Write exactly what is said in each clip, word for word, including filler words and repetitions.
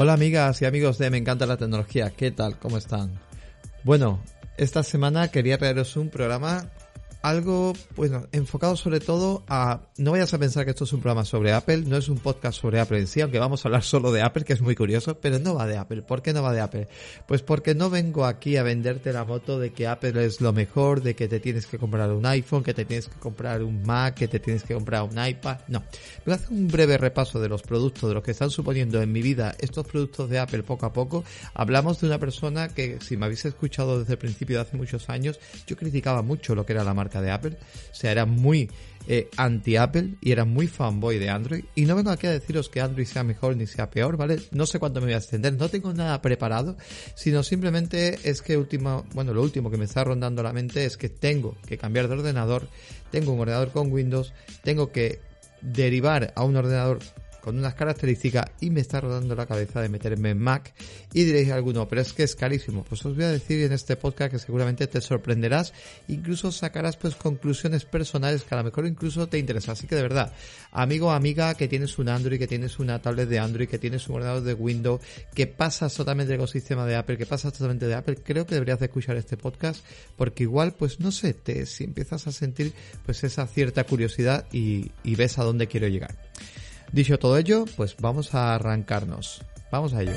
Hola amigas y amigos de Me Encanta la Tecnología, ¿qué tal? ¿Cómo están? Bueno, esta semana quería traeros un programa algo, bueno, enfocado sobre todo a... No vayas a pensar que esto es un programa sobre Apple, no es un podcast sobre Apple en sí, aunque vamos a hablar solo de Apple, que es muy curioso, pero no va de Apple. ¿Por qué no va de Apple? Pues porque no vengo aquí a venderte la moto de que Apple es lo mejor, de que te tienes que comprar un iPhone, que te tienes que comprar un Mac, que te tienes que comprar un iPad. No. Voy a hacer un breve repaso de los productos, de los que están suponiendo en mi vida estos productos de Apple poco a poco. Hablamos de una persona que, si me habéis escuchado desde el principio de hace muchos años, yo criticaba mucho lo que era la marca de Apple, o sea, era muy eh, anti-Apple y era muy fanboy de Android, y no vengo aquí a deciros que Android sea mejor ni sea peor, ¿vale? No sé cuánto me voy a extender, no tengo nada preparado, sino simplemente es que último, bueno, lo último que me está rondando la mente es que tengo que cambiar de ordenador, tengo un ordenador con Windows, tengo que derivar a un ordenador con unas características y me está rodando la cabeza de meterme en Mac. Y diréis alguno, pero es que es carísimo. Pues os voy a decir en este podcast que seguramente te sorprenderás, incluso sacarás pues conclusiones personales que a lo mejor incluso te interesan. Así que de verdad, amigo o amiga que tienes un Android, que tienes una tablet de Android, que tienes un ordenador de Windows, que pasas totalmente del ecosistema de Apple, que pasas totalmente de Apple, creo que deberías de escuchar este podcast, porque igual pues no sé, te, si empiezas a sentir pues esa cierta curiosidad y, y ves a dónde quiero llegar. Dicho todo ello, pues vamos a arrancarnos. Vamos a ello.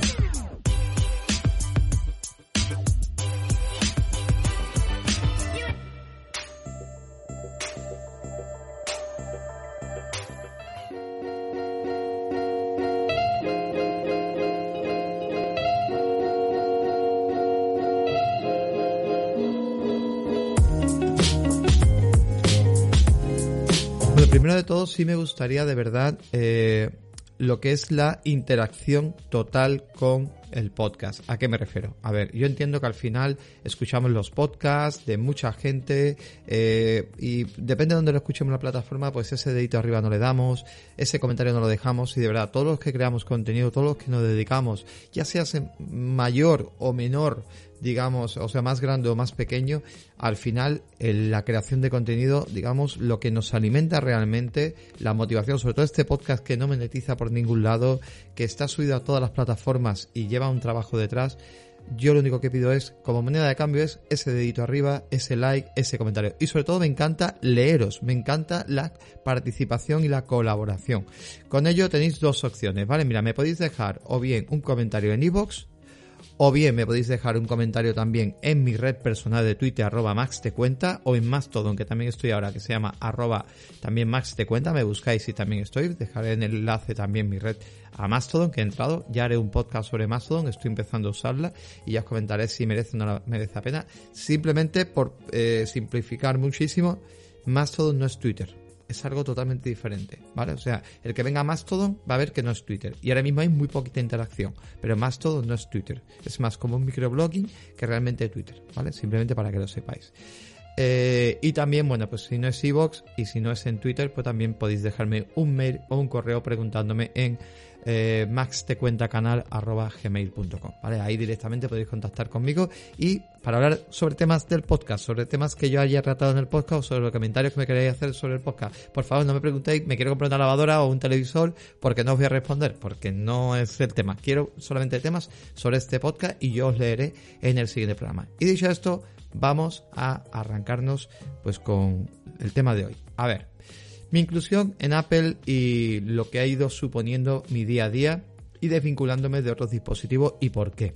Bueno, primero de todo sí me gustaría de verdad eh, lo que es la interacción total con el podcast. ¿A qué me refiero? A ver, yo entiendo que al final escuchamos los podcasts de mucha gente eh, y depende de donde lo escuchemos en la plataforma, pues ese dedito arriba no le damos, ese comentario no lo dejamos, y de verdad, todos los que creamos contenido, todos los que nos dedicamos, ya seas mayor o menor, digamos, o sea, más grande o más pequeño, al final en la creación de contenido, digamos, lo que nos alimenta realmente, la motivación, sobre todo este podcast que no monetiza por ningún lado, que está subido a todas las plataformas y lleva un trabajo detrás, yo lo único que pido es, como moneda de cambio, es ese dedito arriba, ese like, ese comentario. Y sobre todo me encanta leeros, me encanta la participación y la colaboración. Con ello tenéis dos opciones, ¿vale? Mira, me podéis dejar o bien un comentario en iVoox, o bien me podéis dejar un comentario también en mi red personal de Twitter, arroba maxtecuenta, o en Mastodon, que también estoy ahora, que se llama arroba también maxtecuenta, me buscáis y también estoy. Dejaré en el enlace también mi red a Mastodon, que he entrado, ya haré un podcast sobre Mastodon, estoy empezando a usarla y ya os comentaré si merece o no merece la pena. Simplemente por eh, simplificar muchísimo, Mastodon no es Twitter. Es algo totalmente diferente, ¿vale? O sea, el que venga a Mastodon va a ver que no es Twitter. Y ahora mismo hay muy poquita interacción. Pero Mastodon no es Twitter. Es más como un microblogging que realmente Twitter, ¿vale? Simplemente para que lo sepáis. Eh, y también, bueno, pues si no es iVoox y si no es en Twitter, pues también podéis dejarme un mail o un correo preguntándome en eh, maxtecuentacanal arroba gmail punto com, ¿vale? Ahí directamente podéis contactar conmigo y para hablar sobre temas del podcast, sobre temas que yo haya tratado en el podcast o sobre los comentarios que me queréis hacer sobre el podcast. Por favor, no me preguntéis, me quiero comprar una lavadora o un televisor, porque no os voy a responder, porque no es el tema. Quiero solamente temas sobre este podcast y yo os leeré en el siguiente programa. Y dicho esto, vamos a arrancarnos pues con el tema de hoy. A ver, mi inclusión en Apple y lo que ha ido suponiendo mi día a día y desvinculándome de otros dispositivos y por qué.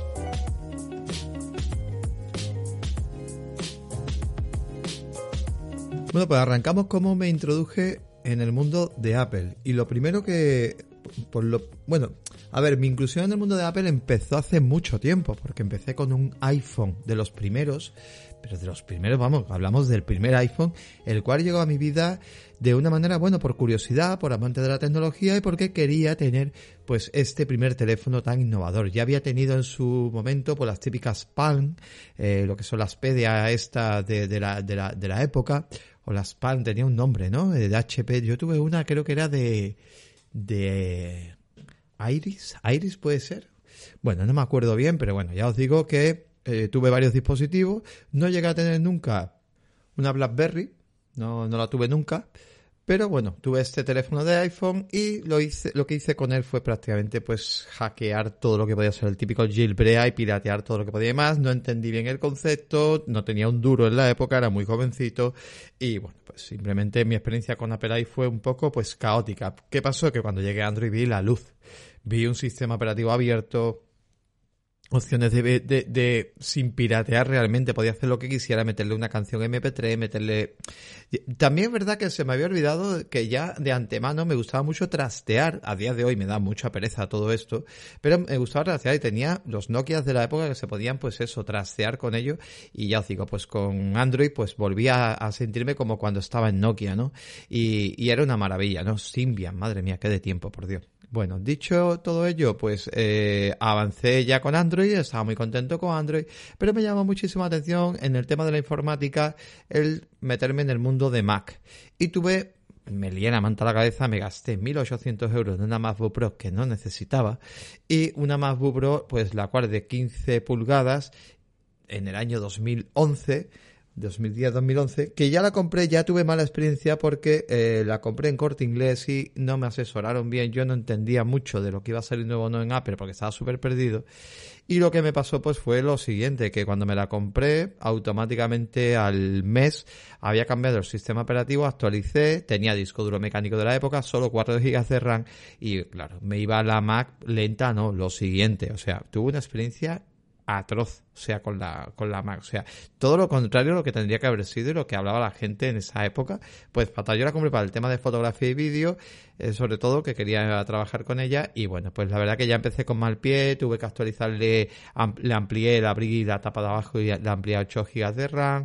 Bueno, pues arrancamos cómo me introduje en el mundo de Apple. Y lo primero que... Por lo, bueno, a ver, mi inclusión en el mundo de Apple empezó hace mucho tiempo, porque empecé con un iPhone de los primeros, pero de los primeros, vamos, hablamos del primer iPhone, el cual llegó a mi vida de una manera, bueno, por curiosidad, por amante de la tecnología y porque quería tener, pues, este primer teléfono tan innovador. Ya había tenido en su momento, pues, las típicas Palm, eh, lo que son las P D A esta de, de, la, de, la, de la época, o las Palm, tenía un nombre, ¿no? De H P, yo tuve una, creo que era de... de Iris, Iris puede ser, bueno, no me acuerdo bien, pero bueno, ya os digo que eh, tuve varios dispositivos, no llegué a tener nunca una BlackBerry, no, no la tuve nunca, Pero bueno, tuve este teléfono de iPhone y lo hice, lo que hice con él fue prácticamente pues hackear todo lo que podía ser el típico jailbreak y piratear todo lo que podía y más. No entendí bien el concepto, no tenía un duro en la época, era muy jovencito y bueno, pues simplemente mi experiencia con Apple ahí fue un poco pues caótica. ¿Qué pasó? Que cuando llegué a Android vi la luz, vi un sistema operativo abierto, opciones de, de, de, de sin piratear realmente, podía hacer lo que quisiera, meterle una canción eme pe tres, meterle... También es verdad que se me había olvidado que ya de antemano me gustaba mucho trastear, a día de hoy me da mucha pereza todo esto, pero me gustaba trastear y tenía los Nokias de la época que se podían pues eso, trastear con ello y ya os digo, pues con Android pues volvía a, a sentirme como cuando estaba en Nokia, ¿no? Y, y era una maravilla, ¿no? Symbian, madre mía, qué de tiempo, por Dios. Bueno, dicho todo ello, pues eh, avancé ya con Android, estaba muy contento con Android, pero me llamó muchísimo la atención en el tema de la informática el meterme en el mundo de Mac. Y tuve, me lié la manta a la cabeza, me gasté mil ochocientos euros en una MacBook Pro que no necesitaba y una MacBook Pro, pues la cual de quince pulgadas en el año dos mil once... dos mil diez dos mil once, que ya la compré, ya tuve mala experiencia porque eh, la compré en Corte Inglés y no me asesoraron bien, yo no entendía mucho de lo que iba a salir nuevo o no en Apple porque estaba súper perdido y lo que me pasó pues fue lo siguiente, que cuando me la compré automáticamente al mes había cambiado el sistema operativo, actualicé, tenía disco duro mecánico de la época, solo cuatro gigas de RAM y claro, me iba la Mac lenta, no, lo siguiente, o sea, tuve una experiencia atroz, o sea, con la con la Mac, o sea, todo lo contrario a lo que tendría que haber sido y lo que hablaba la gente en esa época, pues para yo la compré para el tema de fotografía y vídeo, eh, sobre todo que quería trabajar con ella y bueno, pues la verdad que ya empecé con mal pie, tuve que actualizarle, am, le amplié, le abrí la tapa de abajo y le amplié a ocho gigas de RAM.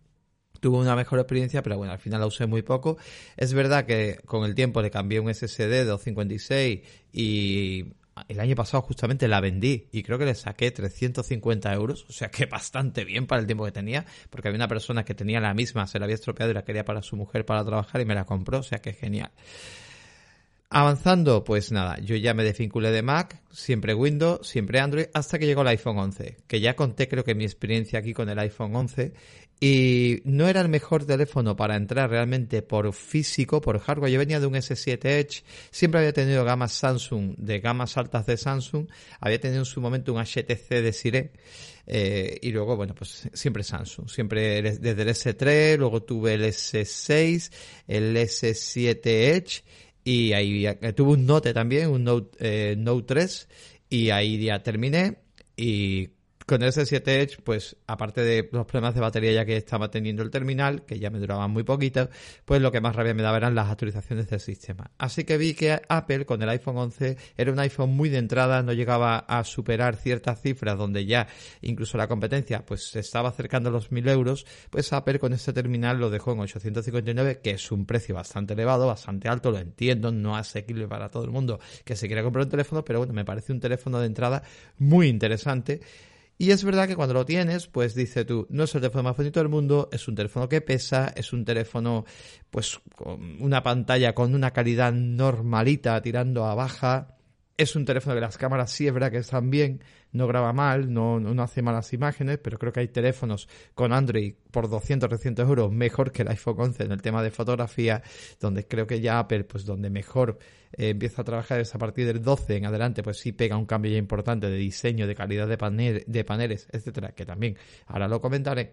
Tuve una mejor experiencia, pero bueno, al final la usé muy poco. Es verdad que con el tiempo le cambié un ese ese de de doscientos cincuenta y seis y el año pasado justamente la vendí y creo que le saqué trescientos cincuenta euros, o sea que bastante bien para el tiempo que tenía, porque había una persona que tenía la misma, se la había estropeado y la quería para su mujer para trabajar y me la compró, o sea que genial. Avanzando, pues nada, yo ya me desvinculé de Mac, siempre Windows, siempre Android, hasta que llegó el iPhone once, que ya conté creo que mi experiencia aquí con el iPhone once, y no era el mejor teléfono para entrar realmente por físico, por hardware. Yo venía de un ese siete Edge, siempre había tenido gamas Samsung, de gamas altas de Samsung, había tenido en su momento un H T C de Siré, eh, y luego, bueno, pues siempre Samsung, siempre desde el ese tres, luego tuve el ese seis, el ese siete Edge, y ahí eh, tuve un Note también, un Note, eh, Note tres, y ahí ya terminé. Y con el ese siete Edge, pues aparte de los problemas de batería ya que estaba teniendo el terminal, que ya me duraban muy poquito, pues lo que más rabia me daba eran las actualizaciones del sistema. Así que vi que Apple con el iPhone once era un iPhone muy de entrada, no llegaba a superar ciertas cifras donde ya incluso la competencia pues se estaba acercando a los mil euros, pues Apple con este terminal lo dejó en ochocientos cincuenta y nueve, que es un precio bastante elevado, bastante alto, lo entiendo, no asequible para todo el mundo que se quiera comprar un teléfono, pero bueno, me parece un teléfono de entrada muy interesante. Y es verdad que cuando lo tienes, pues dice tú, no es el teléfono más bonito del mundo, es un teléfono que pesa, es un teléfono pues con una pantalla con una calidad normalita tirando a baja, es un teléfono que las cámaras sí es verdad que están bien, no graba mal, no, no hace malas imágenes, pero creo que hay teléfonos con Android por doscientos, trescientos euros mejor que el iPhone once en el tema de fotografía, donde creo que ya Apple, pues donde mejor eh, empieza a trabajar es a partir del doce en adelante, pues sí pega un cambio ya importante de diseño, de calidad de, panel, de paneles, etcétera, que también ahora lo comentaré.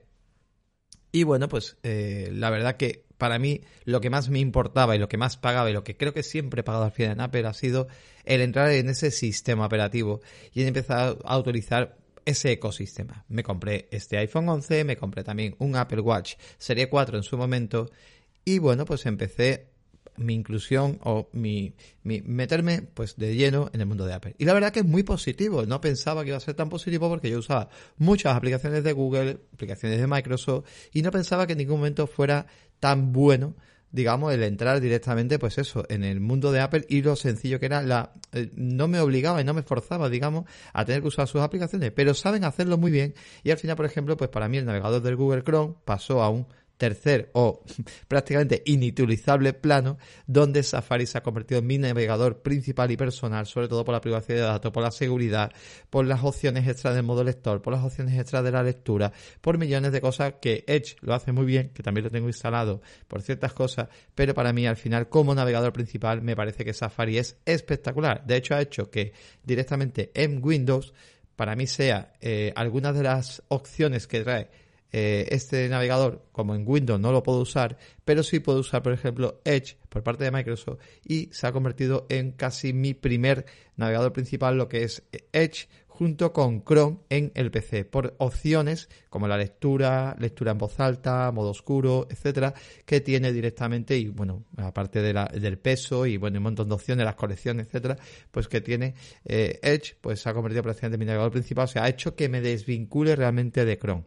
Y bueno, pues eh, la verdad que para mí lo que más me importaba y lo que más pagaba y lo que creo que siempre he pagado al final en Apple ha sido el entrar en ese sistema operativo y empezar a utilizar ese ecosistema. Me compré este iPhone once, me compré también un Apple Watch Serie cuatro en su momento y bueno, pues empecé mi inclusión o mi, mi meterme pues de lleno en el mundo de Apple. Y la verdad que es muy positivo. No pensaba que iba a ser tan positivo porque yo usaba muchas aplicaciones de Google, aplicaciones de Microsoft y no pensaba que en ningún momento fuera tan bueno, digamos, el entrar directamente, pues eso, en el mundo de Apple y lo sencillo que era la... Eh, no me obligaba y no me forzaba, digamos, a tener que usar sus aplicaciones, pero saben hacerlo muy bien y al final, por ejemplo, pues para mí el navegador del Google Chrome pasó a un tercer o prácticamente inutilizable plano, donde Safari se ha convertido en mi navegador principal y personal, sobre todo por la privacidad de datos, por la seguridad, por las opciones extras del modo lector, por las opciones extras de la lectura, por millones de cosas que Edge lo hace muy bien, que también lo tengo instalado por ciertas cosas, pero para mí al final como navegador principal me parece que Safari es espectacular. De hecho ha hecho que directamente en Windows para mí sea eh, algunas de las opciones que trae Eh, este navegador, como en Windows no lo puedo usar, pero sí puedo usar, por ejemplo, Edge por parte de Microsoft, y se ha convertido en casi mi primer navegador principal, lo que es Edge, junto con Chrome en el P C, por opciones como la lectura, lectura en voz alta, modo oscuro, etcétera, que tiene directamente, y bueno, aparte de la, del peso y bueno, un montón de opciones, las colecciones, etcétera, pues que tiene eh, Edge, pues se ha convertido prácticamente en mi navegador principal, o sea, ha hecho que me desvincule realmente de Chrome.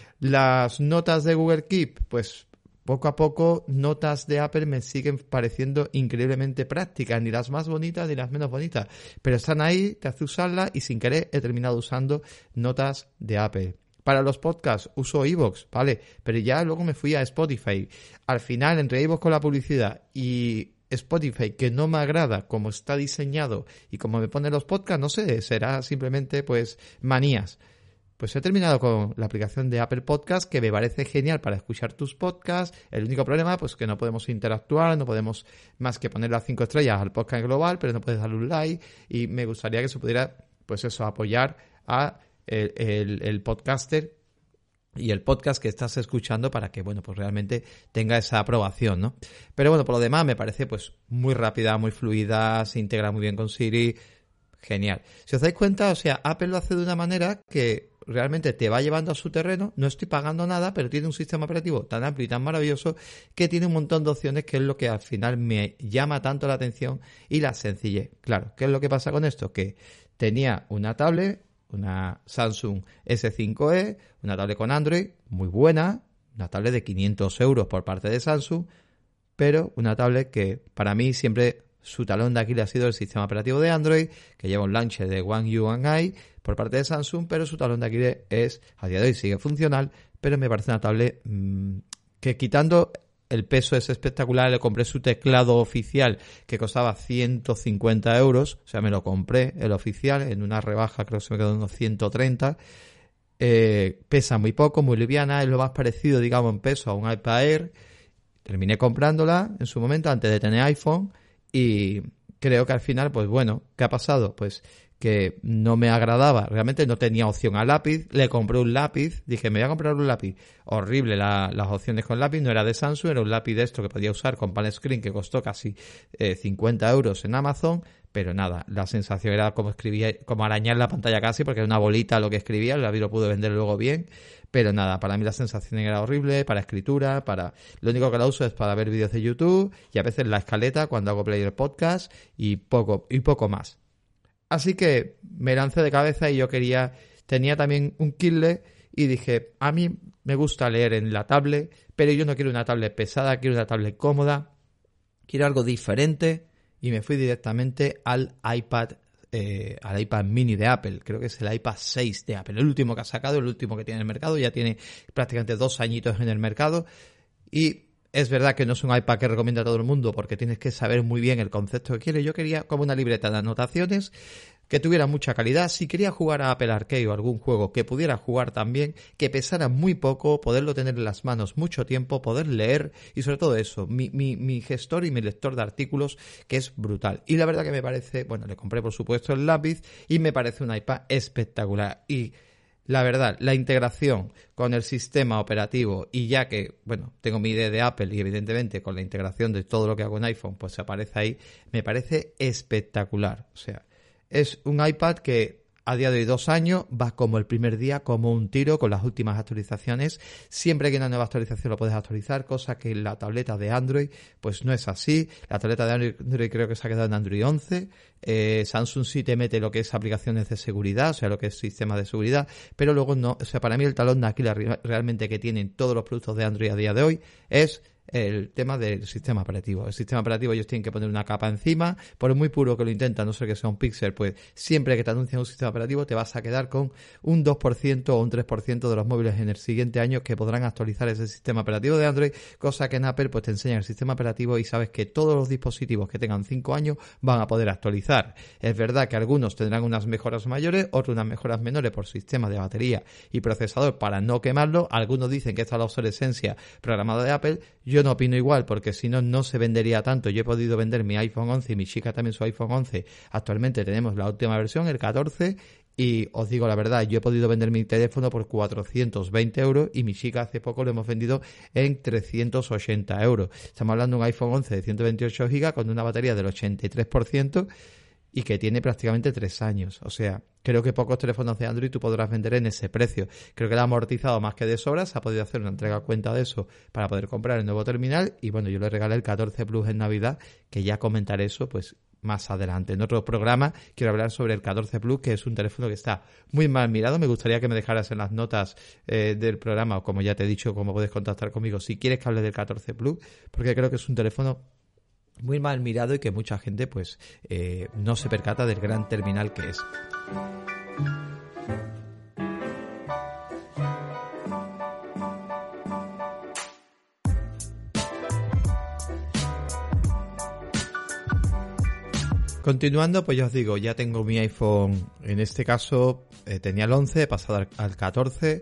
Las notas de Google Keep, pues poco a poco notas de Apple me siguen pareciendo increíblemente prácticas, ni las más bonitas ni las menos bonitas, pero están ahí, te hace usarlas y sin querer he terminado usando notas de Apple. Para los podcasts uso iVoox, ¿vale? Pero ya luego me fui a Spotify. Al final, entre iVoox con la publicidad y Spotify, que no me agrada como está diseñado y como me ponen los podcasts, no sé, será simplemente pues manías. Pues he terminado con la aplicación de Apple Podcast, que me parece genial para escuchar tus podcasts. El único problema, pues que no podemos interactuar, no podemos más que poner las cinco estrellas al podcast global, pero no puedes darle un like. Y me gustaría que se pudiera, pues eso, apoyar a el, el, el podcaster y el podcast que estás escuchando para que, bueno, pues realmente tenga esa aprobación, ¿no? Pero bueno, por lo demás me parece pues muy rápida, muy fluida, se integra muy bien con Siri. Genial. Si os dais cuenta, o sea, Apple lo hace de una manera que realmente te va llevando a su terreno, no estoy pagando nada, pero tiene un sistema operativo tan amplio y tan maravilloso que tiene un montón de opciones, que es lo que al final me llama tanto la atención, y la sencillez. Claro, ¿qué es lo que pasa con esto? Que tenía una tablet, una Samsung S cinco E, una tablet con Android, muy buena, una tablet de quinientos euros por parte de Samsung, pero una tablet que para mí siempre su talón de Aquiles ha sido el sistema operativo de Android, que lleva un launcher de One U One I por parte de Samsung, pero su talón de Aquiles es, a día de hoy sigue funcional, pero me parece una tablet mmm, que quitando el peso es espectacular. Le compré su teclado oficial que costaba ciento cincuenta euros, o sea, me lo compré el oficial en una rebaja, creo que se me quedó en unos ciento treinta. Eh, pesa muy poco, muy liviana, es lo más parecido, digamos, en peso a un iPad Air. Terminé comprándola en su momento antes de tener iPhone. Y creo que al final, pues bueno, ¿qué ha pasado? Pues que no me agradaba, realmente no tenía opción a lápiz, le compré un lápiz, dije, me voy a comprar un lápiz. Horrible la, las opciones con lápiz, no era de Samsung, era un lápiz de esto que podía usar con Palm Screen, que costó casi eh, cincuenta euros en Amazon, pero nada, la sensación era como escribir, como arañar la pantalla casi, porque era una bolita lo que escribía, el lápiz lo pude vender luego bien, pero nada, para mí la sensación era horrible, para escritura, para lo único que la uso es para ver vídeos de YouTube y a veces la escaleta cuando hago player podcast y poco, y poco más. Así que me lancé de cabeza y yo quería, tenía también un Kindle y dije, a mí me gusta leer en la tablet, pero yo no quiero una tablet pesada, quiero una tablet cómoda, quiero algo diferente, y me fui directamente al iPad, eh, al iPad mini de Apple. Creo que es el iPad seis de Apple, el último que ha sacado, el último que tiene en el mercado, ya tiene prácticamente dos añitos en el mercado, y es verdad que no es un iPad que recomienda a todo el mundo porque tienes que saber muy bien el concepto que quieres. Yo quería como una libreta de anotaciones que tuviera mucha calidad. Si quería jugar a Apple Arcade o algún juego que pudiera jugar también, que pesara muy poco, poderlo tener en las manos mucho tiempo, poder leer y sobre todo eso, mi, mi, mi gestor y mi lector de artículos, que es brutal. Y la verdad que me parece, bueno, le compré por supuesto el lápiz y me parece un iPad espectacular. Y la verdad, la integración con el sistema operativo, y ya que, bueno, tengo mi idea de Apple y evidentemente con la integración de todo lo que hago en iPhone, pues se aparece ahí, me parece espectacular. O sea, es un iPad que a día de hoy, dos años, va como el primer día, como un tiro, con las últimas actualizaciones. Siempre que hay una nueva actualización lo puedes actualizar, cosa que en la tableta de Android pues no es así. La tableta de Android creo que se ha quedado en Android once. Eh, Samsung sí te mete lo que es aplicaciones de seguridad, o sea, lo que es sistema de seguridad, pero luego no. O sea, para mí el talón de Aquiles realmente que tienen todos los productos de Android a día de hoy es el tema del sistema operativo. El sistema operativo ellos tienen que poner una capa encima, por muy puro que lo intentan, no sé que sea un Pixel, pues siempre que te anuncian un sistema operativo te vas a quedar con un dos por ciento o un tres por ciento de los móviles en el siguiente año que podrán actualizar ese sistema operativo de Android, cosa que en Apple pues te enseñan el sistema operativo y sabes que todos los dispositivos que tengan cinco años van a poder actualizar. Es verdad que algunos tendrán unas mejoras mayores, otros unas mejoras menores por sistema de batería y procesador para no quemarlo. Algunos dicen que esta es la obsolescencia programada de Apple. Yo no opino igual, porque si no, no se vendería tanto. Yo he podido vender mi iPhone once y mi chica también su iPhone once. Actualmente tenemos la última versión, el catorce, y os digo la verdad, yo he podido vender mi teléfono por cuatrocientos veinte euros y mi chica hace poco lo hemos vendido en trescientos ochenta euros. Estamos hablando de un iPhone once de ciento veintiocho gigas con una batería del ochenta y tres por ciento y que tiene prácticamente tres años. O sea, creo que pocos teléfonos de Android tú podrás vender en ese precio. Creo que lo ha amortizado más que de sobra. Se ha podido hacer una entrega a cuenta de eso para poder comprar el nuevo terminal. Y bueno, yo le regalé el catorce Plus en Navidad, que ya comentaré eso pues más adelante. En otro programa quiero hablar sobre el catorce Plus, que es un teléfono que está muy mal mirado. Me gustaría que me dejaras en las notas eh, del programa, o como ya te he dicho, cómo puedes contactar conmigo si quieres que hable del catorce Plus, porque creo que es un teléfono muy mal mirado y que mucha gente pues eh, no se percata del gran terminal que es. Continuando, pues ya os digo, ya tengo mi iPhone, en este caso eh, tenía el once, he pasado al, al catorce.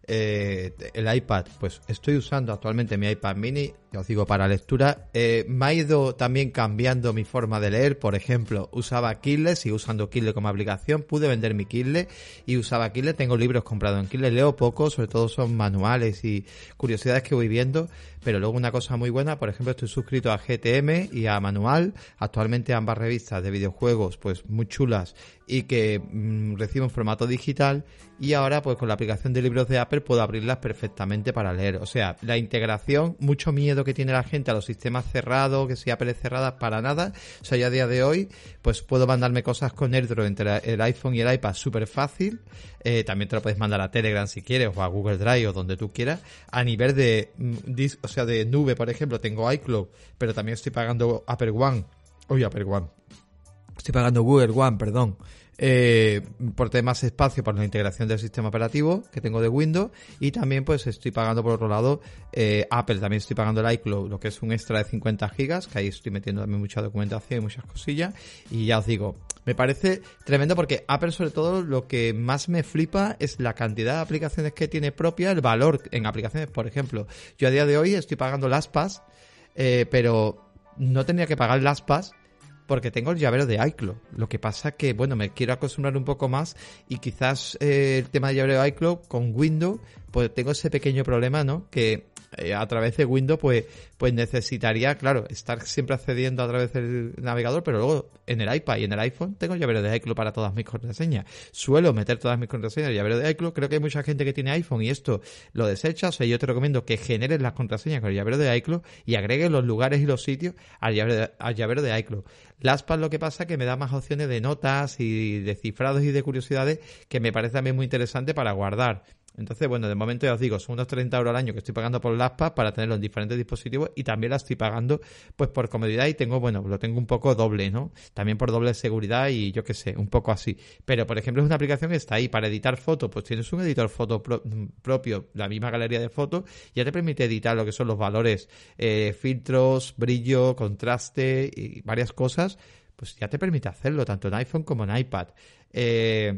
Eh, el iPad, pues estoy usando actualmente mi iPad mini, ya os digo, para lectura. Eh, me ha ido también cambiando mi forma de leer. Por ejemplo, usaba Kindle, sigo usando Kindle como aplicación, pude vender mi Kindle y usaba Kindle, tengo libros comprados en Kindle, leo poco, sobre todo son manuales y curiosidades que voy viendo, pero luego una cosa muy buena, por ejemplo, estoy suscrito a G T M y a Manual, actualmente ambas revistas de videojuegos pues muy chulas y que mmm, recibo en formato digital, y ahora pues con la aplicación de libros de Apple puedo abrirlas perfectamente para leer. O sea, la integración, mucho miedo que tiene la gente a los sistemas cerrados, que si Apple es cerrada, para nada. O sea, yo a día de hoy pues puedo mandarme cosas con AirDrop entre el iPhone y el iPad súper fácil. Eh, también te lo puedes mandar a Telegram si quieres, o a Google Drive, o donde tú quieras. A nivel de dis, o sea, de nube, por ejemplo, tengo iCloud, pero también estoy pagando Apple One. Uy, Apple One. Estoy pagando Google One, perdón. Eh, por temas espacio, por la integración del sistema operativo que tengo de Windows, y también pues estoy pagando por otro lado eh, Apple, también estoy pagando el iCloud, lo que es un extra de cincuenta gigas, que ahí estoy metiendo también mucha documentación y muchas cosillas, y ya os digo, me parece tremendo porque Apple, sobre todo, lo que más me flipa es la cantidad de aplicaciones que tiene propia, el valor en aplicaciones. Por ejemplo, yo a día de hoy estoy pagando LastPass, eh, pero no tendría que pagar LastPass porque tengo el llavero de iCloud. Lo que pasa que, bueno, me quiero acostumbrar un poco más, y quizás eh, el tema de llavero de iCloud con Windows, pues tengo ese pequeño problema, ¿no? Que eh, a través de Windows, pues, pues necesitaría, claro, estar siempre accediendo a través del navegador, pero luego en el iPad y en el iPhone tengo el llavero de iCloud para todas mis contraseñas. Suelo meter todas mis contraseñas en el llavero de iCloud. Creo que hay mucha gente que tiene iPhone y esto lo desecha. O sea, yo te recomiendo que generes las contraseñas con el llavero de iCloud y agregues los lugares y los sitios al llavero de, al llavero de iCloud. LastPass, lo que pasa que me da más opciones de notas y de cifrados y de curiosidades, que me parece también muy interesante para guardar. Entonces, bueno, de momento ya os digo, son unos treinta euros al año que estoy pagando por LastPass para tenerlo en diferentes dispositivos, y también la estoy pagando pues por comodidad, y tengo, bueno, lo tengo un poco doble, ¿no? También por doble seguridad y yo qué sé, un poco así. Pero, por ejemplo, es una aplicación que está ahí para editar fotos, pues tienes un editor foto pro- propio, la misma galería de fotos, ya te permite editar lo que son los valores, eh, filtros, brillo, contraste y varias cosas, pues ya te permite hacerlo, tanto en iPhone como en iPad. Eh...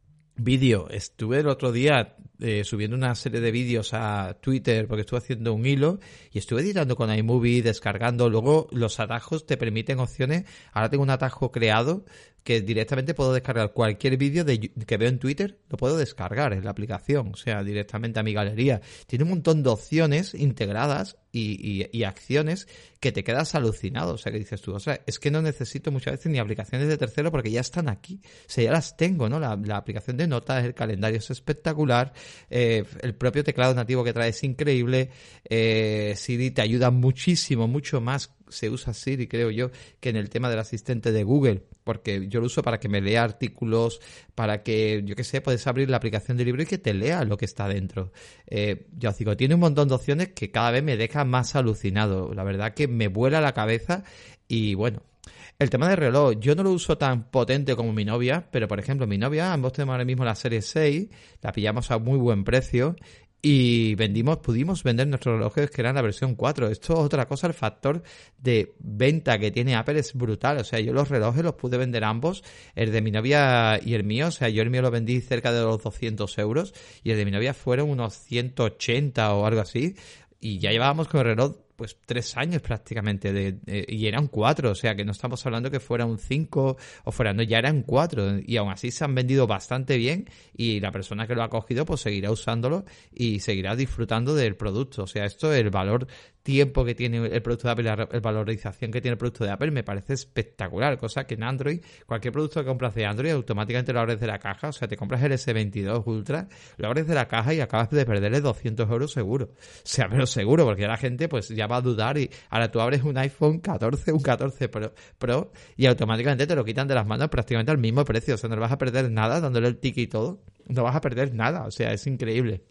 Vídeo, estuve el otro día eh, subiendo una serie de vídeos a Twitter porque estuve haciendo un hilo y estuve editando con iMovie, descargando. Luego los atajos te permiten opciones. Ahora tengo un atajo creado que directamente puedo descargar cualquier vídeo de, que veo en Twitter, lo puedo descargar en la aplicación, o sea, directamente a mi galería. Tiene un montón de opciones integradas y, y, y acciones que te quedas alucinado. O sea, que dices tú, o sea, es que no necesito muchas veces ni aplicaciones de tercero porque ya están aquí. O sea, ya las tengo, ¿no? La, la aplicación de notas, el calendario es espectacular, eh, el propio teclado nativo que trae es increíble, eh, Siri te ayuda muchísimo, mucho más se usa Siri, creo yo, que en el tema del asistente de Google, porque yo lo uso para que me lea artículos, para que, yo qué sé, puedes abrir la aplicación de libro y que te lea lo que está dentro. Eh, yo os digo, tiene un montón de opciones que cada vez me deja más alucinado. La verdad que me vuela la cabeza y bueno. El tema del reloj, yo no lo uso tan potente como mi novia, pero por ejemplo, mi novia, ambos tenemos ahora mismo la serie seis, la pillamos a muy buen precio y vendimos, pudimos vender nuestros relojes que eran la versión cuatro. Esto es otra cosa, el factor de venta que tiene Apple es brutal. O sea, yo los relojes los pude vender ambos, el de mi novia y el mío. O sea, yo el mío lo vendí cerca de los doscientos euros y el de mi novia fueron unos ciento ochenta o algo así. Y ya llevábamos con el reloj pues tres años prácticamente de, de, y eran cuatro, o sea que no estamos hablando que fuera un cinco o fuera, no, ya eran cuatro y aún así se han vendido bastante bien y la persona que lo ha cogido pues seguirá usándolo y seguirá disfrutando del producto. O sea, esto, el valor tiempo que tiene el producto de Apple, la valorización que tiene el producto de Apple me parece espectacular, cosa que en Android, cualquier producto que compras de Android automáticamente lo abres de la caja. O sea, te compras el ese veintidós Ultra, lo abres de la caja y acabas de perderle doscientos euros seguro. O sea, pero seguro, porque la gente pues ya va a dudar y ahora tú abres un iPhone catorce, un catorce Pro, Pro y automáticamente te lo quitan de las manos prácticamente al mismo precio. O sea, no le vas a perder nada dándole el ticket y todo, no vas a perder nada. O sea, es increíble.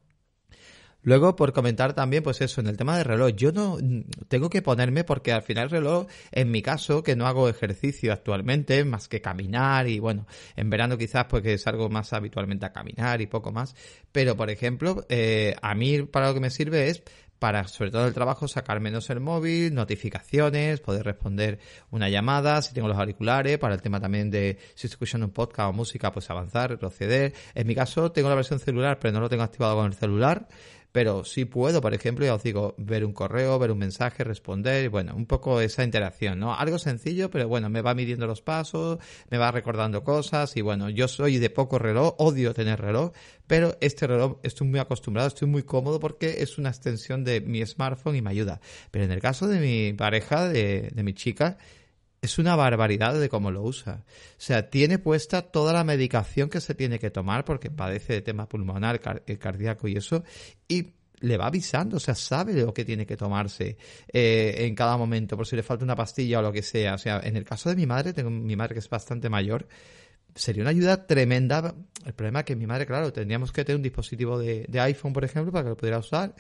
Luego, por comentar también, pues eso, en el tema del reloj, yo no tengo que ponerme porque al final el reloj, en mi caso, que no hago ejercicio actualmente, más que caminar y bueno, en verano quizás pues que salgo más habitualmente a caminar y poco más, pero por ejemplo, eh, a mí para lo que me sirve es para, sobre todo el trabajo, sacar menos el móvil, notificaciones, poder responder una llamada, si tengo los auriculares, para el tema también de si estoy escuchando un podcast o música, pues avanzar, retroceder. En mi caso tengo la versión celular, pero no lo tengo activado con el celular. Pero sí puedo, por ejemplo, ya os digo, ver un correo, ver un mensaje, responder, bueno, un poco esa interacción, ¿no? Algo sencillo, pero bueno, me va midiendo los pasos, me va recordando cosas y bueno, yo soy de poco reloj, odio tener reloj, pero este reloj estoy muy acostumbrado, estoy muy cómodo porque es una extensión de mi smartphone y me ayuda. Pero en el caso de mi pareja, de, de mi chica, es una barbaridad de cómo lo usa. O sea, tiene puesta toda la medicación que se tiene que tomar porque padece de tema pulmonar, car- cardíaco y eso, y le va avisando, o sea, sabe lo que tiene que tomarse eh, en cada momento, por si le falta una pastilla o lo que sea. O sea, en el caso de mi madre, tengo mi madre que es bastante mayor, sería una ayuda tremenda. El problema es que mi madre, claro, tendríamos que tener un dispositivo de, de iPhone, por ejemplo, para que lo pudiera usar.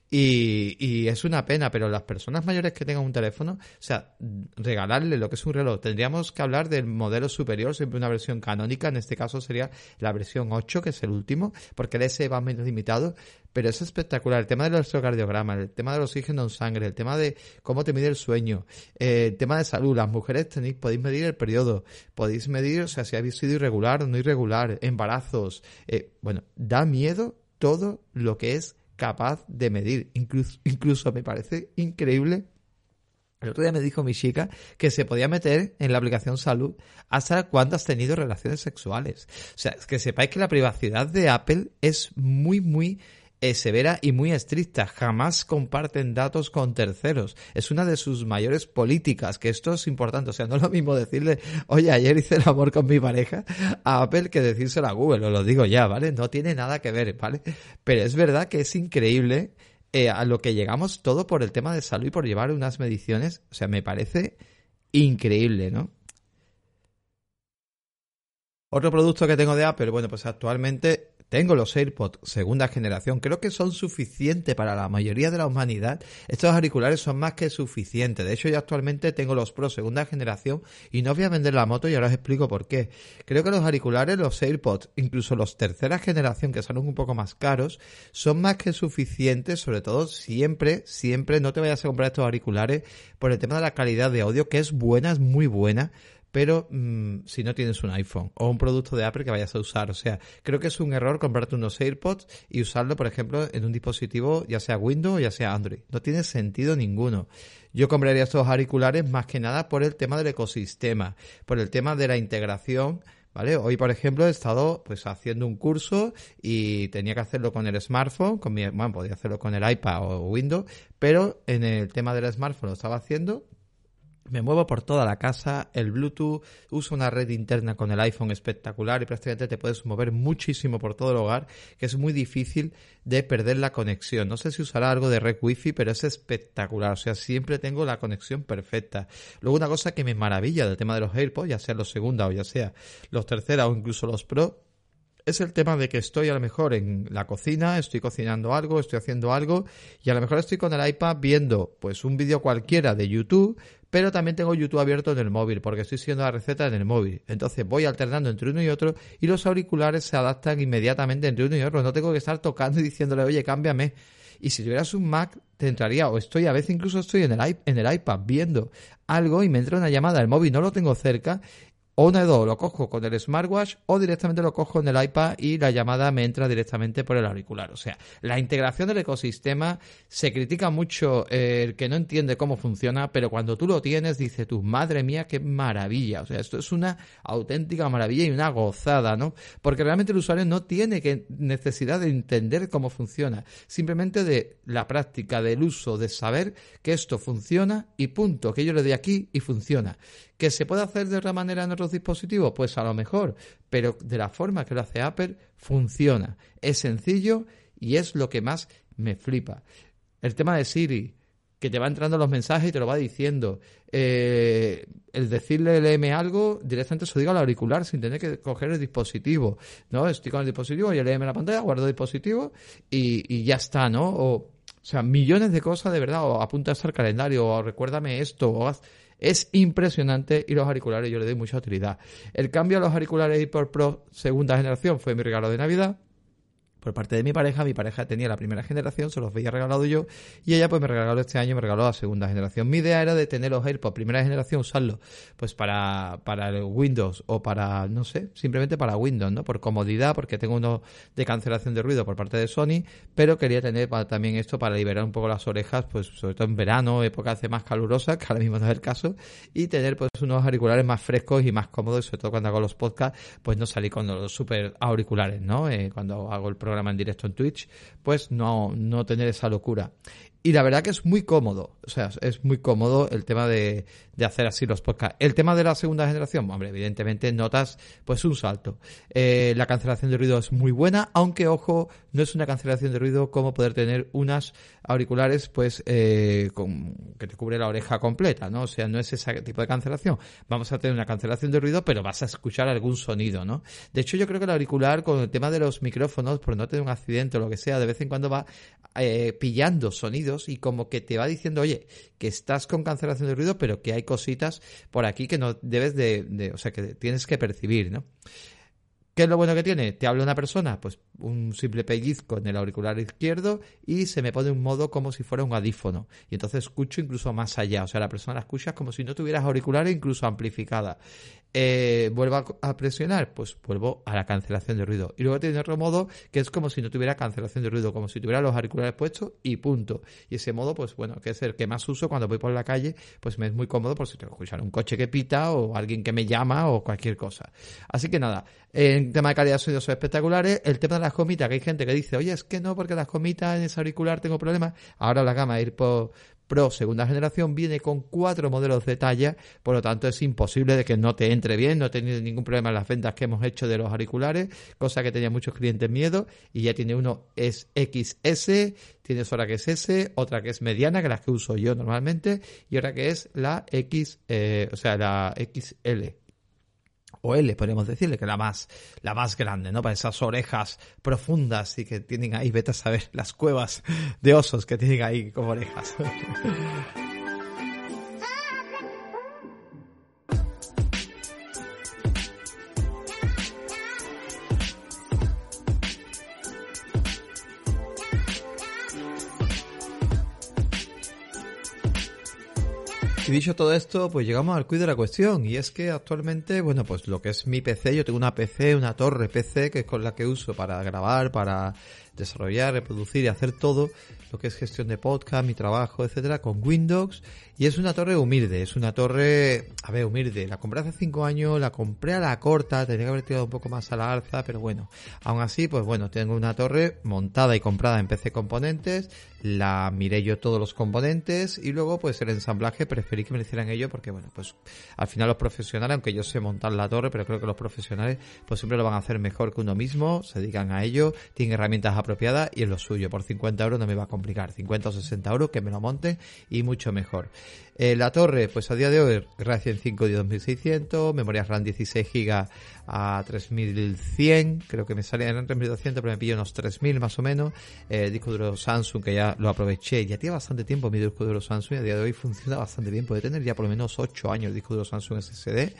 Y, y es una pena, pero las personas mayores que tengan un teléfono, o sea, regalarle lo que es un reloj, tendríamos que hablar del modelo superior, siempre una versión canónica, en este caso sería la versión ocho, que es el último, porque el S va menos limitado, pero es espectacular. El tema del electrocardiograma, el tema del oxígeno en sangre, el tema de cómo te mide el sueño, eh, el tema de salud, las mujeres tenéis, podéis medir el periodo, podéis medir, o sea, si habéis sido irregular o no irregular, embarazos, eh, bueno, da miedo todo lo que es capaz de medir. Incluso, incluso me parece increíble. El otro día me dijo mi chica que se podía meter en la aplicación Salud hasta cuándo has tenido relaciones sexuales. O sea, que sepáis que la privacidad de Apple es muy, muy eh, severa y muy estricta. Jamás comparten datos con terceros. Es una de sus mayores políticas, que esto es importante. O sea, no es lo mismo decirle, oye, ayer hice el amor con mi pareja a Apple que decírselo a Google. Os lo digo ya, ¿vale? No tiene nada que ver, ¿vale? Pero es verdad que es increíble eh, a lo que llegamos todo por el tema de salud y por llevar unas mediciones. O sea, me parece increíble, ¿no? Otro producto que tengo de Apple, bueno, pues actualmente tengo los AirPods segunda generación. Creo que son suficientes para la mayoría de la humanidad. Estos auriculares son más que suficientes. De hecho, yo actualmente tengo los Pro segunda generación y no voy a vender la moto y ahora os explico por qué. Creo que los auriculares, los AirPods, incluso los tercera generación, que son un poco más caros, son más que suficientes. Sobre todo, siempre, siempre no te vayas a comprar estos auriculares por el tema de la calidad de audio, que es buena, es muy buena. Pero mmm, si no tienes un iPhone o un producto de Apple que vayas a usar, o sea, creo que es un error comprarte unos AirPods y usarlo, por ejemplo, en un dispositivo ya sea Windows o ya sea Android. No tiene sentido ninguno. Yo compraría estos auriculares más que nada por el tema del ecosistema, por el tema de la integración, ¿vale? Hoy, por ejemplo, he estado pues haciendo un curso y tenía que hacerlo con el smartphone, con mi, bueno, podía hacerlo con el iPad o Windows, pero en el tema del smartphone lo estaba haciendo. Me muevo por toda la casa, el Bluetooth, uso una red interna con el iPhone espectacular y prácticamente te puedes mover muchísimo por todo el hogar, que es muy difícil de perder la conexión. No sé si usará algo de red Wi-Fi, pero es espectacular, o sea, siempre tengo la conexión perfecta. Luego una cosa que me maravilla del tema de los AirPods, ya sea los segunda o ya sea los tercera o incluso los Pro, es el tema de que estoy a lo mejor en la cocina, estoy cocinando algo, estoy haciendo algo y a lo mejor estoy con el iPad viendo pues un vídeo cualquiera de YouTube, pero también tengo YouTube abierto en el móvil porque estoy siguiendo la receta en el móvil. Entonces voy alternando entre uno y otro y los auriculares se adaptan inmediatamente entre uno y otro. No tengo que estar tocando y diciéndole, oye, cámbiame. Y si tuvieras un Mac, te entraría, o estoy, a veces incluso estoy en el, en el iPad viendo algo y me entra una llamada al móvil, no lo tengo cerca. O una de dos, lo cojo con el smartwatch o directamente lo cojo en el iPad y la llamada me entra directamente por el auricular. O sea, la integración del ecosistema, se critica mucho eh, el que no entiende cómo funciona, pero cuando tú lo tienes dices tú, madre mía, qué maravilla. O sea, esto es una auténtica maravilla y una gozada, ¿no? Porque realmente el usuario no tiene que necesidad de entender cómo funciona, simplemente de la práctica, del uso, de saber que esto funciona y punto, que yo le doy aquí y funciona. ¿Que se puede hacer de otra manera en otros dispositivos? Pues a lo mejor, pero de la forma que lo hace Apple, funciona. Es sencillo y es lo que más me flipa. El tema de Siri, que te va entrando los mensajes y te lo va diciendo. Eh, el decirle léeme algo, directamente se lo digo al auricular sin tener que coger el dispositivo, ¿no? Estoy con el dispositivo, yo léeme la pantalla, guardo el dispositivo y, y ya está, ¿no? O, o sea, millones de cosas de verdad, o apunta esto al calendario, o recuérdame esto, o haz... Es impresionante y los auriculares yo le doy mucha utilidad. El cambio a los auriculares AirPods Pro segunda generación fue mi regalo de Navidad. Por parte de mi pareja, mi pareja tenía la primera generación, se los había regalado yo y ella pues me regaló este año, me regaló la segunda generación. Mi idea era de tener los AirPods primera generación, usarlos pues para, para el Windows o para, no sé, simplemente para Windows, ¿no? Por comodidad, porque tengo uno de cancelación de ruido por parte de Sony, pero quería tener para, también esto para liberar un poco las orejas, pues sobre todo en verano, épocas más calurosas, que ahora mismo no es el caso, y tener pues unos auriculares más frescos y más cómodos, sobre todo cuando hago los podcasts, pues no salí con los super auriculares, ¿no? Eh, cuando hago el programa en directo en Twitch, pues no, no tener esa locura. Y la verdad que es muy cómodo, o sea, es muy cómodo el tema de, de hacer así los podcasts. El tema de la segunda generación, hombre, evidentemente notas pues un salto. Eh, la cancelación de ruido es muy buena, aunque ojo, no es una cancelación de ruido como poder tener unas auriculares pues eh, con, que te cubre la oreja completa, ¿no? O sea, no es ese tipo de cancelación. Vamos a tener una cancelación de ruido, pero vas a escuchar algún sonido, ¿no? De hecho, yo creo que el auricular con el tema de los micrófonos, por no tener un accidente o lo que sea, de vez en cuando va eh, pillando sonidos y como que te va diciendo, oye, que estás con cancelación de ruido, pero que hay cositas por aquí que no debes de, de o sea, que tienes que percibir, ¿no? ¿Qué es lo bueno que tiene? Te habla una persona, pues un simple pellizco en el auricular izquierdo y se me pone un modo como si fuera un audífono. Y entonces escucho incluso más allá. O sea, la persona la escucha como si no tuvieras auriculares, incluso amplificada. Eh, vuelvo a presionar, pues vuelvo a la cancelación de ruido. Y luego tiene otro modo que es como si no tuviera cancelación de ruido, como si tuviera los auriculares puestos y punto. Y ese modo, pues bueno, que es el que más uso cuando voy por la calle, pues me es muy cómodo por si tengo que escuchar un coche que pita o alguien que me llama o cualquier cosa. Así que nada, en tema de calidad de sonido son espectaculares. El tema de las gomitas, que hay gente que dice, oye, es que no, porque las gomitas en ese auricular tengo problemas. Ahora la gama AirPods Pro segunda generación viene con cuatro modelos de talla, por lo tanto es imposible de que no te entre bien. No he tenido ningún problema en las ventas que hemos hecho de los auriculares, cosa que tenía muchos clientes miedo, y ya tiene uno es equis ese, tienes otra que es S, otra que es mediana, que las que uso yo normalmente, y otra que es la X, eh, o sea, la equis ele. O L, podríamos decirle, que la más, la más grande, ¿no? Para esas orejas profundas y que tienen ahí, vete a saber, las cuevas de osos que tienen ahí como orejas. Y dicho todo esto, pues llegamos al quid de la cuestión, y es que actualmente, bueno, pues lo que es mi P C, yo tengo una P C, una torre P C, que es con la que uso para grabar, para desarrollar, reproducir y hacer todo lo que es gestión de podcast, mi trabajo, etcétera, con Windows, y es una torre humilde, es una torre, a ver, humilde, la compré hace cinco años, la compré a la corta, tenía que haber tirado un poco más a la alza, pero bueno, aún así, pues bueno, tengo una torre montada y comprada en P C Componentes, la miré yo todos los componentes, y luego pues el ensamblaje preferí preferí que me lo hicieran ellos porque, bueno, pues al final los profesionales, aunque yo sé montar la torre, pero creo que los profesionales pues siempre lo van a hacer mejor que uno mismo, se dedican a ello, tienen herramientas apropiadas y es lo suyo. Por cincuenta euros no me va a complicar, cincuenta o sesenta euros que me lo monten y mucho mejor. Eh, la torre, pues a día de hoy, Ryzen cinco de dos mil seiscientos, memoria RAM dieciséis gigas a tres mil cien, creo que me salían en tres mil doscientos, pero me pillo unos tres mil más o menos. Eh, disco duro Samsung, que ya lo aproveché, ya tiene bastante tiempo mi disco duro Samsung y a día de hoy funciona bastante bien, puede tener ya por lo menos ocho años el disco duro Samsung S S D.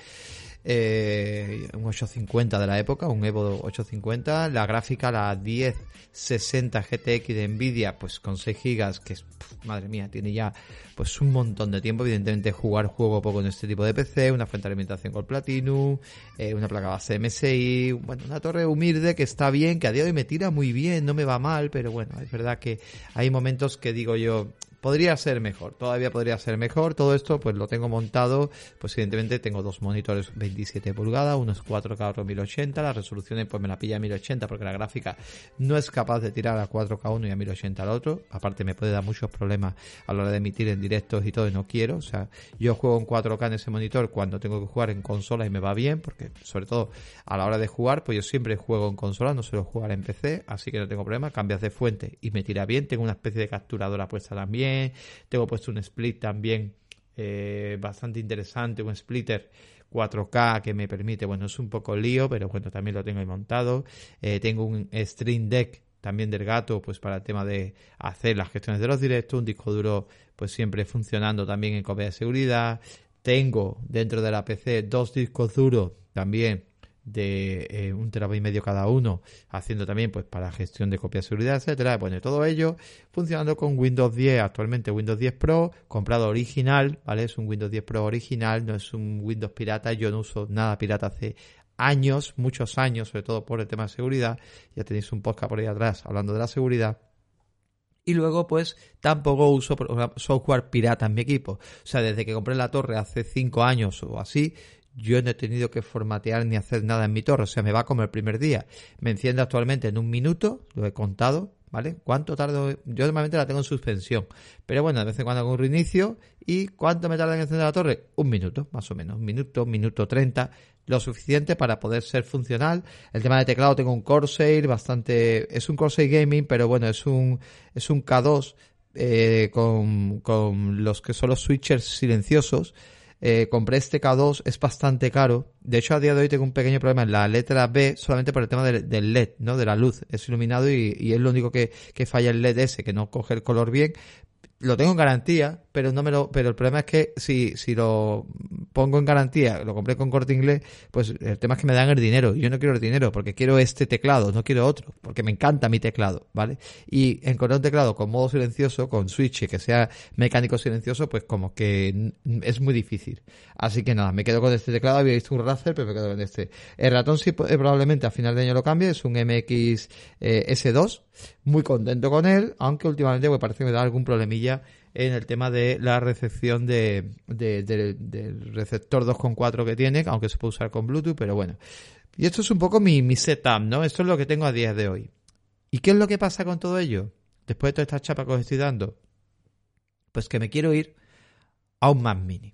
Eh, un ochocientos cincuenta de la época, un Evo ochocientos cincuenta, la gráfica, la diez sesenta G T X de Nvidia, pues con seis gigas, que es, pff, madre mía, tiene ya pues un montón de tiempo. Evidentemente jugar juego poco en este tipo de P C, una fuente de alimentación con Platinum, eh, una placa base M S I, bueno, una torre humilde que está bien, que a día de hoy me tira muy bien, no me va mal, pero bueno, es verdad que hay momentos que digo yo, podría ser mejor, todavía podría ser mejor. Todo esto pues lo tengo montado, pues evidentemente tengo dos monitores veintisiete pulgadas, unos cuatro K mil ochenta, las resoluciones pues me la pilla a mil ochenta porque la gráfica no es capaz de tirar a cuatro K uno y a mil ochenta al otro, aparte me puede dar muchos problemas a la hora de emitir en directos y todo y no quiero, o sea, yo juego en cuatro K en ese monitor cuando tengo que jugar en consola y me va bien, porque sobre todo a la hora de jugar pues yo siempre juego en consola, no suelo jugar en P C, así que no tengo problema, cambias de fuente y me tira bien, tengo una especie de capturadora puesta también. Tengo puesto un split también eh, bastante interesante, un splitter cuatro K que me permite, bueno, es un poco lío, pero bueno, también lo tengo ahí montado. Eh, tengo un Stream Deck también del gato, pues para el tema de hacer las gestiones de los directos, un disco duro pues siempre funcionando también en copia de seguridad. Tengo dentro de la P C dos discos duros también de eh, un terabyte y medio cada uno, haciendo también pues para gestión de copia de seguridad, etcétera. Bueno, todo ello funcionando con Windows diez, actualmente Windows diez Pro, comprado original, ¿vale? Es un Windows diez Pro original, no es un Windows pirata. Yo no uso nada pirata hace años, muchos años, sobre todo por el tema de seguridad. Ya tenéis un podcast por ahí atrás hablando de la seguridad. Y luego, pues, tampoco uso software pirata en mi equipo. O sea, desde que compré la torre hace cinco años o así, yo no he tenido que formatear ni hacer nada en mi torre, o sea, me va como el primer día. Me enciende actualmente en un minuto, lo he contado, ¿vale? ¿Cuánto tardo? Yo normalmente la tengo en suspensión, pero bueno, de vez en cuando hago un reinicio. ¿Y cuánto me tarda en encender la torre? Un minuto, más o menos, un minuto, un minuto treinta, lo suficiente para poder ser funcional. El tema de teclado, tengo un Corsair bastante, es un Corsair Gaming, pero bueno, es un, es un K dos eh, con, con los que son los switchers silenciosos. Eh, compré este K dos, es bastante caro. De hecho, a día de hoy tengo un pequeño problema en la letra B, solamente por el tema del, del L E D, ¿no? De la luz. Es iluminado y, y es lo único que, que falla el L E D ese, que no coge el color bien. Lo tengo en garantía, pero no me lo, pero el problema es que si, si lo pongo en garantía, lo compré con Corte Inglés, pues el tema es que me dan el dinero. Yo no quiero el dinero porque quiero este teclado, no quiero otro, porque me encanta mi teclado, ¿vale? Y encontrar un teclado con modo silencioso, con switch, que sea mecánico silencioso, pues como que es muy difícil. Así que nada, me quedo con este teclado. Había visto un Razer, pero me quedo con este. El ratón sí, probablemente a final de año lo cambie, es un M X eh, S dos. Muy contento con él, aunque últimamente me parece que me da algún problemilla en el tema de la recepción de, de, de, del receptor dos coma cuatro que tiene, aunque se puede usar con Bluetooth, pero bueno. Y esto es un poco mi, mi setup, ¿no? Esto es lo que tengo a día de hoy. ¿Y qué es lo que pasa con todo ello? Después de toda esta chapa que os estoy dando, pues que me quiero ir a un Mac Mini.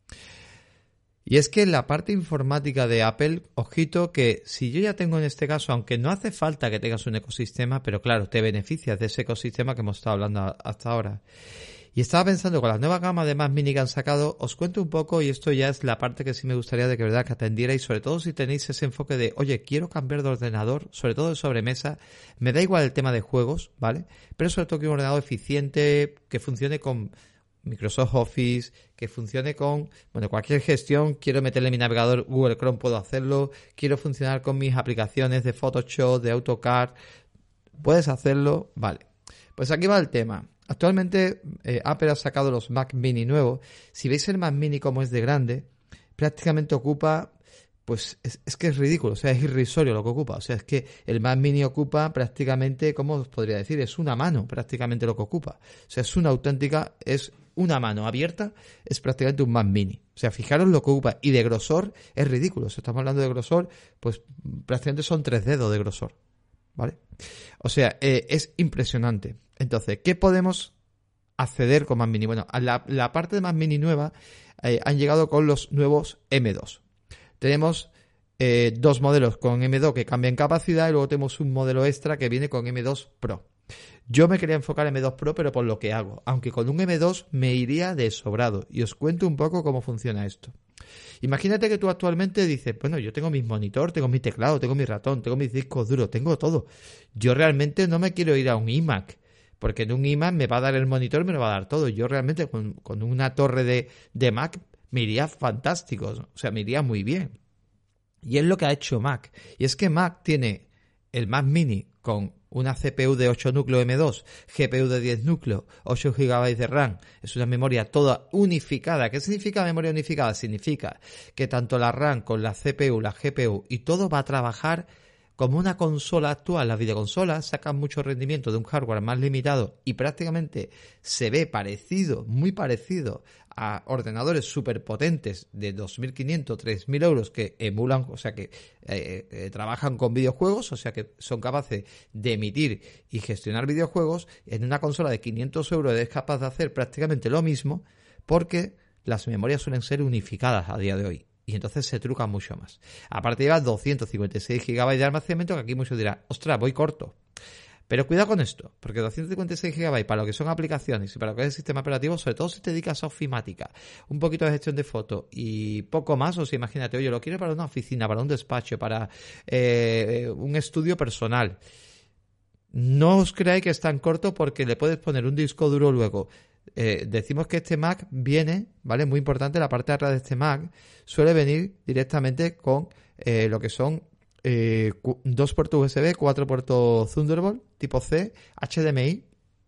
Y es que en la parte informática de Apple, ojito que si yo ya tengo en este caso, aunque no hace falta que tengas un ecosistema, pero claro, te beneficias de ese ecosistema que hemos estado hablando hasta ahora. Y estaba pensando con la nueva gama de Mac Mini que han sacado, os cuento un poco, y esto ya es la parte que sí me gustaría de que verdad que atendierais, sobre todo si tenéis ese enfoque de, oye, quiero cambiar de ordenador, sobre todo de sobremesa, me da igual el tema de juegos, ¿vale? Pero sobre todo que un ordenador eficiente, que funcione con Microsoft Office, que funcione con, bueno, cualquier gestión. Quiero meterle mi navegador Google Chrome, puedo hacerlo. Quiero funcionar con mis aplicaciones de Photoshop, de AutoCAD. Puedes hacerlo, vale. Pues aquí va el tema. Actualmente eh, Apple ha sacado los Mac Mini nuevos. Si veis el Mac Mini como es de grande, prácticamente ocupa, pues es, es que es ridículo, o sea, es irrisorio lo que ocupa. O sea, es que el Mac Mini ocupa prácticamente, ¿cómo os podría decir? Es una mano prácticamente lo que ocupa. O sea, es una auténtica, es una mano abierta, es prácticamente un Mac Mini. O sea, fijaros lo que ocupa. Y de grosor es ridículo. O sea, estamos hablando de grosor, pues prácticamente son tres dedos de grosor, ¿vale? O sea, eh, es impresionante. Entonces, ¿qué podemos acceder con Mac Mini. Bueno, a la, la parte de Mac Mini nueva eh, han llegado con los nuevos M dos. Tenemos eh, dos modelos con M dos que cambian capacidad y luego tenemos un modelo extra que viene con M dos Pro. Yo me quería enfocar en M dos Pro, pero por lo que hago, aunque con un M dos me iría de sobrado. Y os cuento un poco cómo funciona esto. Imagínate que tú actualmente dices, bueno, yo tengo mis monitor, tengo mi teclado, tengo mi ratón, tengo mis discos duros, tengo todo. Yo realmente no me quiero ir a un iMac, porque en un iMac me va a dar el monitor, me lo va a dar todo. Yo realmente con, con una torre de, de Mac me iría fantástico, o sea, me iría muy bien. Y es lo que ha hecho Mac. Y es que Mac tiene el Mac Mini con una C P U de ocho núcleos M dos, G P U de diez núcleos, ocho gigabytes de RAM. Es una memoria toda unificada. ¿Qué significa memoria unificada? Significa que tanto la RAM con la C P U, la G P U y todo va a trabajar como una consola actual. Las videoconsolas sacan mucho rendimiento de un hardware más limitado y prácticamente se ve parecido, muy parecido a ordenadores súper potentes de dos mil quinientos, tres mil euros que emulan, o sea que eh, eh, trabajan con videojuegos, o sea que son capaces de emitir y gestionar videojuegos. En una consola de quinientos euros es capaz de hacer prácticamente lo mismo porque las memorias suelen ser unificadas a día de hoy. Y entonces se truca mucho más. Aparte lleva doscientos cincuenta y seis gigabytes de almacenamiento, que aquí muchos dirán, ostras, voy corto. Pero cuidado con esto, porque doscientos cincuenta y seis gigabytes para lo que son aplicaciones y para lo que es el sistema operativo, sobre todo si te dedicas a ofimática, un poquito de gestión de fotos y poco más, o sea, imagínate, oye, lo quiero para una oficina, para un despacho, para eh, un estudio personal. No os creáis que es tan corto porque le puedes poner un disco duro luego. Eh, decimos que este Mac viene, ¿vale? Muy importante, la parte de atrás de este Mac suele venir directamente con eh, lo que son eh, cu- dos puertos U S B, cuatro puertos Thunderbolt, tipo C, H D M I.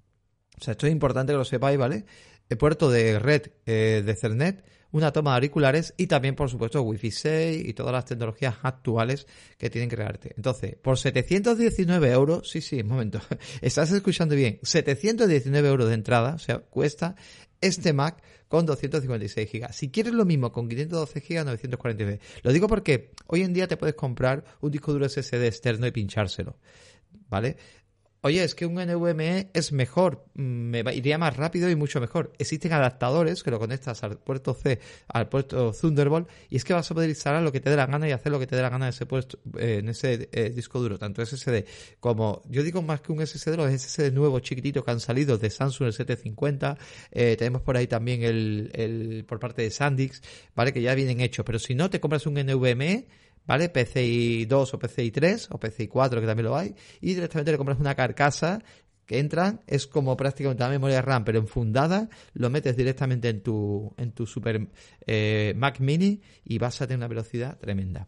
O sea, esto es importante que lo sepáis, ¿vale? El puerto de red eh, de Ethernet, una toma de auriculares y también, por supuesto, Wi-Fi seis y todas las tecnologías actuales que tienen que crearte. Entonces, por setecientos diecinueve euros, sí, sí, un momento, estás escuchando bien, setecientos diecinueve euros de entrada, o sea, cuesta este Mac con doscientos cincuenta y seis gigas. Si quieres lo mismo con quinientos doce gigas, novecientos cuarenta y nueve. Lo digo porque hoy en día te puedes comprar un disco duro S S D externo y pinchárselo, ¿vale? Oye, es que un NVMe es mejor, me iría más rápido y mucho mejor. Existen adaptadores que lo conectas al puerto C, al puerto Thunderbolt, y es que vas a poder instalar lo que te dé la gana y hacer lo que te dé la gana en ese, puesto, eh, en ese eh, disco duro, tanto S S D como, yo digo más que un S S D, los S S D nuevos chiquititos que han salido de Samsung, el setecientos cincuenta, eh, tenemos por ahí también el, el por parte de SanDisk, ¿vale? Que ya vienen hechos, pero si no te compras un NVMe, ¿vale? P C I dos o P C I tres o P C I cuatro, que también lo hay, y directamente le compras una carcasa que entran, es como prácticamente la memoria RAM, pero enfundada, lo metes directamente en tu en tu super eh, Mac Mini y vas a tener una velocidad tremenda.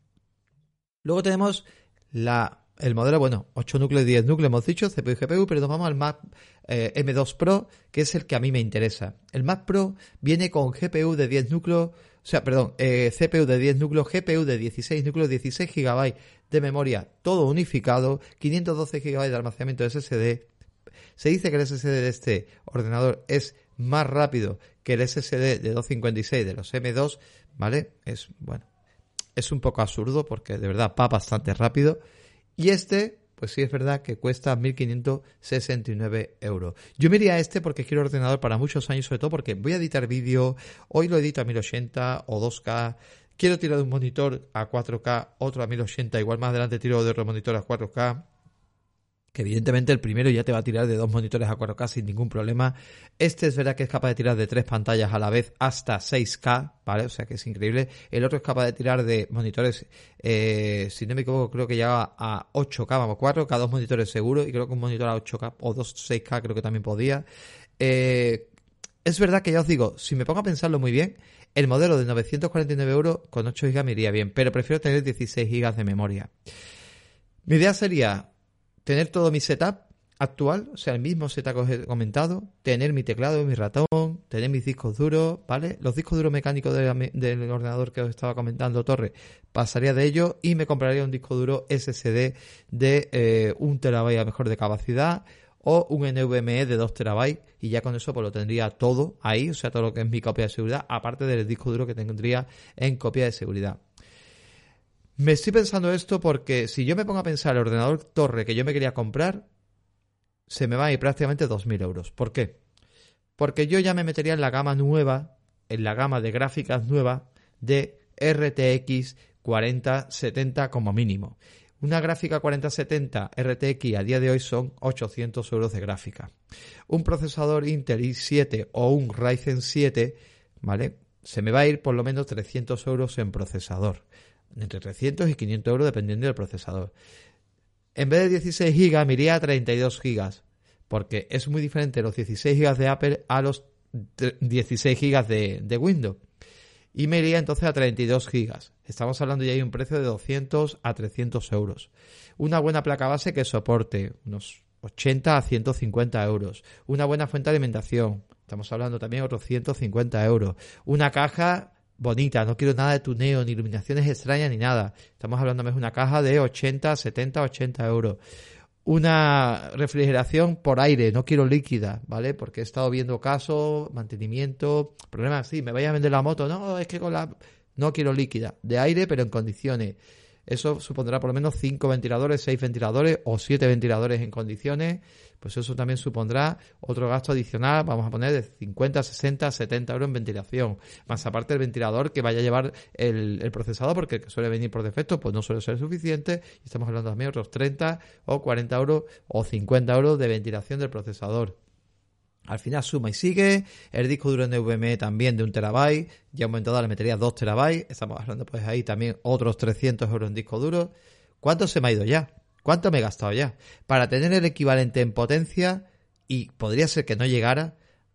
Luego tenemos la el modelo, bueno, ocho núcleos y diez núcleos, hemos dicho, C P U y G P U, pero nos vamos al Mac eh, M dos Pro, que es el que a mí me interesa. El Mac Pro viene con G P U de diez núcleos, o sea, perdón, eh, C P U de diez núcleos, G P U de dieciséis núcleos, dieciséis gigabytes de memoria, todo unificado, quinientos doce gigabytes de almacenamiento de S S D. Se dice que el S S D de este ordenador es más rápido que el S S D de doscientos cincuenta y seis de los M dos, ¿vale? Es, bueno, es un poco absurdo porque de verdad va bastante rápido. Y este, pues sí es verdad que cuesta mil quinientos sesenta y nueve euros. Yo me iría a este porque quiero ordenador para muchos años, sobre todo porque voy a editar vídeo, hoy lo edito a mil ochenta o dos K, quiero tirar de un monitor a cuatro K, otro a mil ochenta, igual más adelante tiro de otro monitor a cuatro K, que evidentemente el primero ya te va a tirar de dos monitores a cuatro K sin ningún problema. Este es verdad que es capaz de tirar de tres pantallas a la vez hasta seis K, ¿vale? O sea que es increíble. El otro es capaz de tirar de monitores, eh, si no me equivoco, creo que llega a ocho K, vamos, cuatro K, dos monitores seguro, y creo que un monitor a ocho K o dos seis K creo que también podía. Eh, es verdad que ya os digo, si me pongo a pensarlo muy bien, el modelo de novecientos cuarenta y nueve euros con ocho gigas me iría bien, pero prefiero tener dieciséis gigas de memoria. Mi idea sería tener todo mi setup actual, o sea, el mismo setup que os he comentado, tener mi teclado, mi ratón, tener mis discos duros, ¿vale? Los discos duros mecánicos de la, del ordenador que os estaba comentando, Torre, pasaría de ello y me compraría un disco duro S S D de eh, un terabyte a mejor de capacidad o un NVMe de dos terabytes y ya con eso pues lo tendría todo ahí, o sea, todo lo que es mi copia de seguridad, aparte del disco duro que tendría en copia de seguridad. Me estoy pensando esto porque si yo me pongo a pensar el ordenador Torre que yo me quería comprar, se me va a ir prácticamente dos mil euros. ¿Por qué? porque yo ya me metería en la gama nueva, en la gama de gráficas nueva de R T X cuarenta setenta como mínimo. Una gráfica cuarenta setenta R T X a día de hoy son ochocientos euros de gráfica. Un procesador Intel i siete o un Ryzen siete, ¿vale? Se me va a ir por lo menos trescientos euros en procesador. Entre trescientos y quinientos euros dependiendo del procesador. En vez de dieciséis gigas me iría a treinta y dos gigas. Porque es muy diferente los dieciséis gigas de Apple a los dieciséis gigas de, de Windows. Y me iría entonces a treinta y dos gigas. Estamos hablando ya de un precio de doscientos a trescientos euros. Una buena placa base que soporte unos ochenta a ciento cincuenta euros. Una buena fuente de alimentación. Estamos hablando también de otros ciento cincuenta euros. Una caja bonita. No quiero nada de tuneo, ni iluminaciones extrañas, ni nada. Estamos hablando de una caja de ochenta, setenta, ochenta euros. Una refrigeración por aire, no quiero líquida, ¿vale? Porque he estado viendo casos, mantenimiento, problemas así. Me vaya a vender la moto, no, es que con la... No quiero líquida, de aire, pero en condiciones. Eso supondrá por lo menos cinco ventiladores, seis ventiladores o siete ventiladores en condiciones. Pues eso también supondrá otro gasto adicional, vamos a poner de cincuenta, sesenta, setenta euros en ventilación. Más aparte el ventilador que vaya a llevar el, el procesador, porque el que suele venir por defecto, pues no suele ser suficiente. Y estamos hablando también de otros treinta o cuarenta euros o cincuenta euros de ventilación del procesador. Al final suma y sigue. El disco duro NVMe también de un terabyte. Ya aumentado le metería dos terabytes. Estamos hablando pues ahí también otros trescientos euros en disco duro. ¿Cuánto se me ha ido ya? ¿Cuánto me he gastado ya? Para tener el equivalente en potencia, y podría ser que no llegara,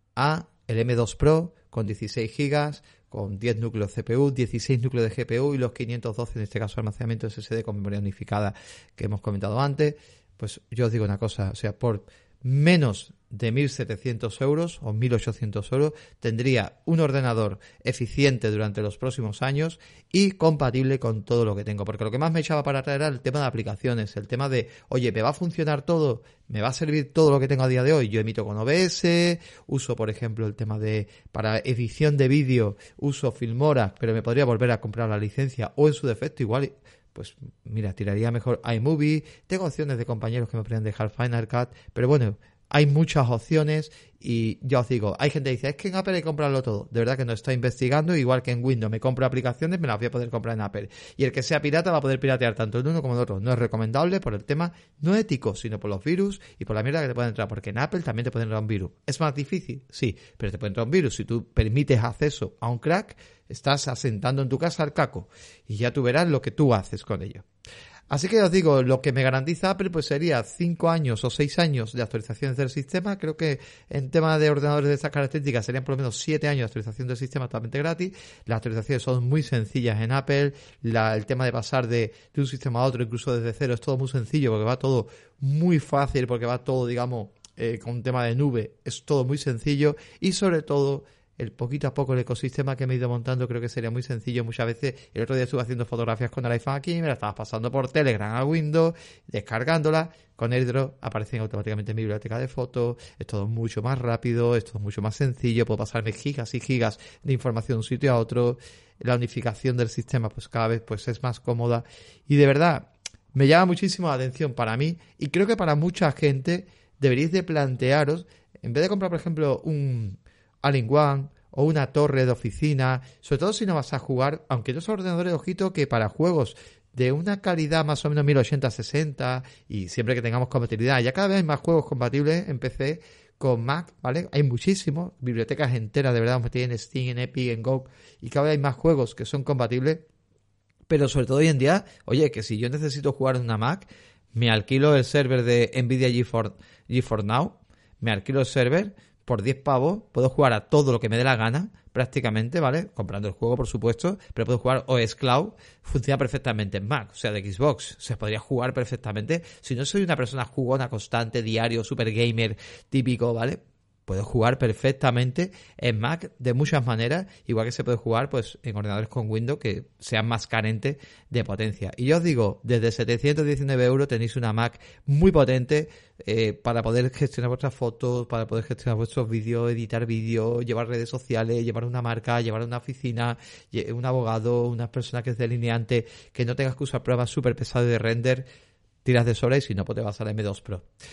a el M dos Pro con dieciséis gigas, con diez núcleos C P U, dieciséis núcleos de G P U y los quinientos doce en este caso almacenamiento S S D con memoria unificada que hemos comentado antes. Pues yo os digo una cosa, o sea, por menos de mil setecientos euros o mil ochocientos euros tendría un ordenador eficiente durante los próximos años y compatible con todo lo que tengo, porque lo que más me echaba para atrás era el tema de aplicaciones, el tema de, oye, ¿me va a funcionar todo? ¿Me va a servir todo lo que tengo a día de hoy? Yo emito con O B S, uso por ejemplo el tema de, para edición de vídeo, uso Filmora, pero me podría volver a comprar la licencia o en su defecto igual, pues mira, tiraría mejor iMovie. Tengo opciones de compañeros que me podrían dejar Final Cut, pero bueno, hay muchas opciones y ya os digo, hay gente que dice, es que en Apple hay que comprarlo todo. De verdad que no estoy investigando, igual que en Windows me compro aplicaciones, me las voy a poder comprar en Apple. Y el que sea pirata va a poder piratear tanto el uno como el otro. No es recomendable por el tema no ético, sino por los virus y por la mierda que te puede entrar, porque en Apple también te puede entrar un virus. ¿Es más difícil? Sí, pero te puede entrar un virus. Si tú permites acceso a un crack, estás asentando en tu casa al caco y ya tú verás lo que tú haces con ello. Así que os digo, lo que me garantiza Apple pues sería cinco años o seis años de actualizaciones del sistema. Creo que en tema de ordenadores de estas características serían por lo menos siete años de actualización del sistema totalmente gratis. Las actualizaciones son muy sencillas en Apple. La, el tema de pasar de, de un sistema a otro, incluso desde cero, es todo muy sencillo porque va todo muy fácil, porque va todo, digamos, eh, con un tema de nube. Es todo muy sencillo y sobre todo el poquito a poco el ecosistema que me he ido montando creo que sería muy sencillo. Muchas veces, el otro día estuve haciendo fotografías con el iPhone aquí, me la estabas pasando por Telegram a Windows, descargándola, con AirDrop aparecen automáticamente en mi biblioteca de fotos, es todo mucho más rápido, es todo mucho más sencillo, puedo pasarme gigas y gigas de información de un sitio a otro, la unificación del sistema pues cada vez pues es más cómoda y de verdad me llama muchísimo la atención para mí y creo que para mucha gente deberíais de plantearos, en vez de comprar por ejemplo un All-in-One o una torre de oficina, sobre todo si no vas a jugar, aunque no son ordenadores, ojito, que para juegos de una calidad más o menos mil ochenta sesenta y siempre que tengamos compatibilidad, ya cada vez hay más juegos compatibles en P C con Mac, ¿vale? Hay muchísimos, bibliotecas enteras de verdad, metidas en Steam, en Epic, en Go, y cada vez hay más juegos que son compatibles, pero sobre todo hoy en día, oye, que si yo necesito jugar en una Mac, me alquilo el server de Nvidia GeForce, GeForce Now, me alquilo el server por diez pavos, puedo jugar a todo lo que me dé la gana, prácticamente, ¿vale? Comprando el juego, por supuesto, pero puedo jugar O S Cloud, funciona perfectamente en Mac, o sea, de Xbox, se podría jugar perfectamente. Si no soy una persona jugona, constante, diario, super gamer, típico, ¿vale? Puedo jugar perfectamente en Mac de muchas maneras, igual que se puede jugar pues en ordenadores con Windows que sean más carentes de potencia. Y yo os digo, desde setecientos diecinueve euros tenéis una Mac muy potente eh, para poder gestionar vuestras fotos, para poder gestionar vuestros vídeos, editar vídeos, llevar redes sociales, llevar una marca, llevar una oficina, un abogado, una persona que es delineante, que no tengas que usar pruebas súper pesadas de render, tiras de sobra y si no, pues te vas a la M dos Pro.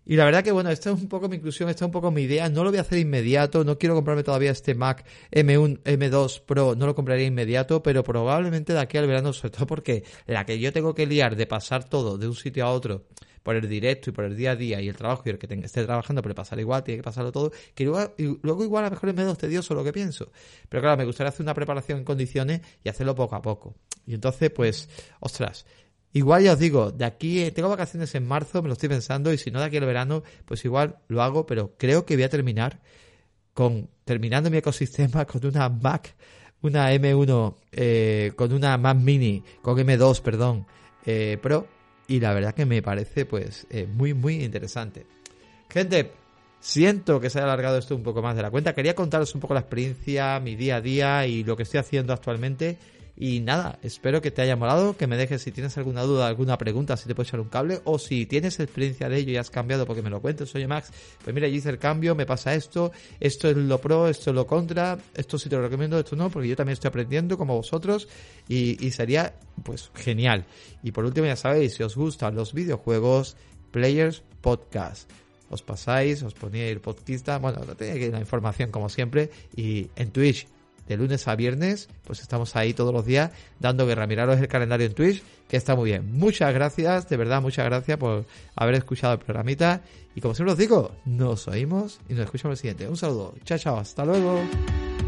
Y la verdad que bueno, esta es un poco mi inclusión, esta es un poco mi idea. No lo voy a hacer inmediato, no quiero comprarme todavía este Mac eme uno, eme dos Pro, no lo compraría inmediato, pero probablemente de aquí al verano, sobre todo porque la que yo tengo que liar de pasar todo de un sitio a otro por el directo y por el día a día y el trabajo y el que tenga, esté trabajando, pero pasar igual, tiene que pasarlo todo, que luego, y luego igual a lo mejor es menos tedioso lo que pienso. Pero claro, me gustaría hacer una preparación en condiciones y hacerlo poco a poco. Y entonces, pues, ostras... Igual ya os digo, de aquí, tengo vacaciones en marzo, me lo estoy pensando, y si no de aquí al verano, pues igual lo hago, pero creo que voy a terminar con, terminando mi ecosistema con una Mac, una eme uno, eh, con una Mac Mini, con eme dos, perdón, eh, Pro, y la verdad que me parece, pues, eh, muy, muy interesante. Gente, siento que se haya alargado esto un poco más de la cuenta, quería contaros un poco la experiencia, mi día a día y lo que estoy haciendo actualmente. Y nada, espero que te haya molado, que me dejes si tienes alguna duda, alguna pregunta, si te puedo echar un cable, o si tienes experiencia de ello y has cambiado porque me lo cuentes. Oye Max, pues mira, yo hice el cambio, me pasa esto, esto es lo pro, esto es lo contra, esto sí te lo recomiendo, esto no, porque yo también estoy aprendiendo como vosotros y, y sería pues genial. Y por último ya sabéis, si os gustan los videojuegos, Players Podcast. Os pasáis, os ponéis el podcast, bueno, tenéis la información como siempre, y en Twitch de lunes a viernes, pues estamos ahí todos los días dando guerra. Miraros el calendario en Twitch, que está muy bien. Muchas gracias, de verdad, muchas gracias por haber escuchado el programita. Y como siempre os digo, nos oímos y nos escuchamos en el siguiente. Un saludo, chao, chao, hasta luego.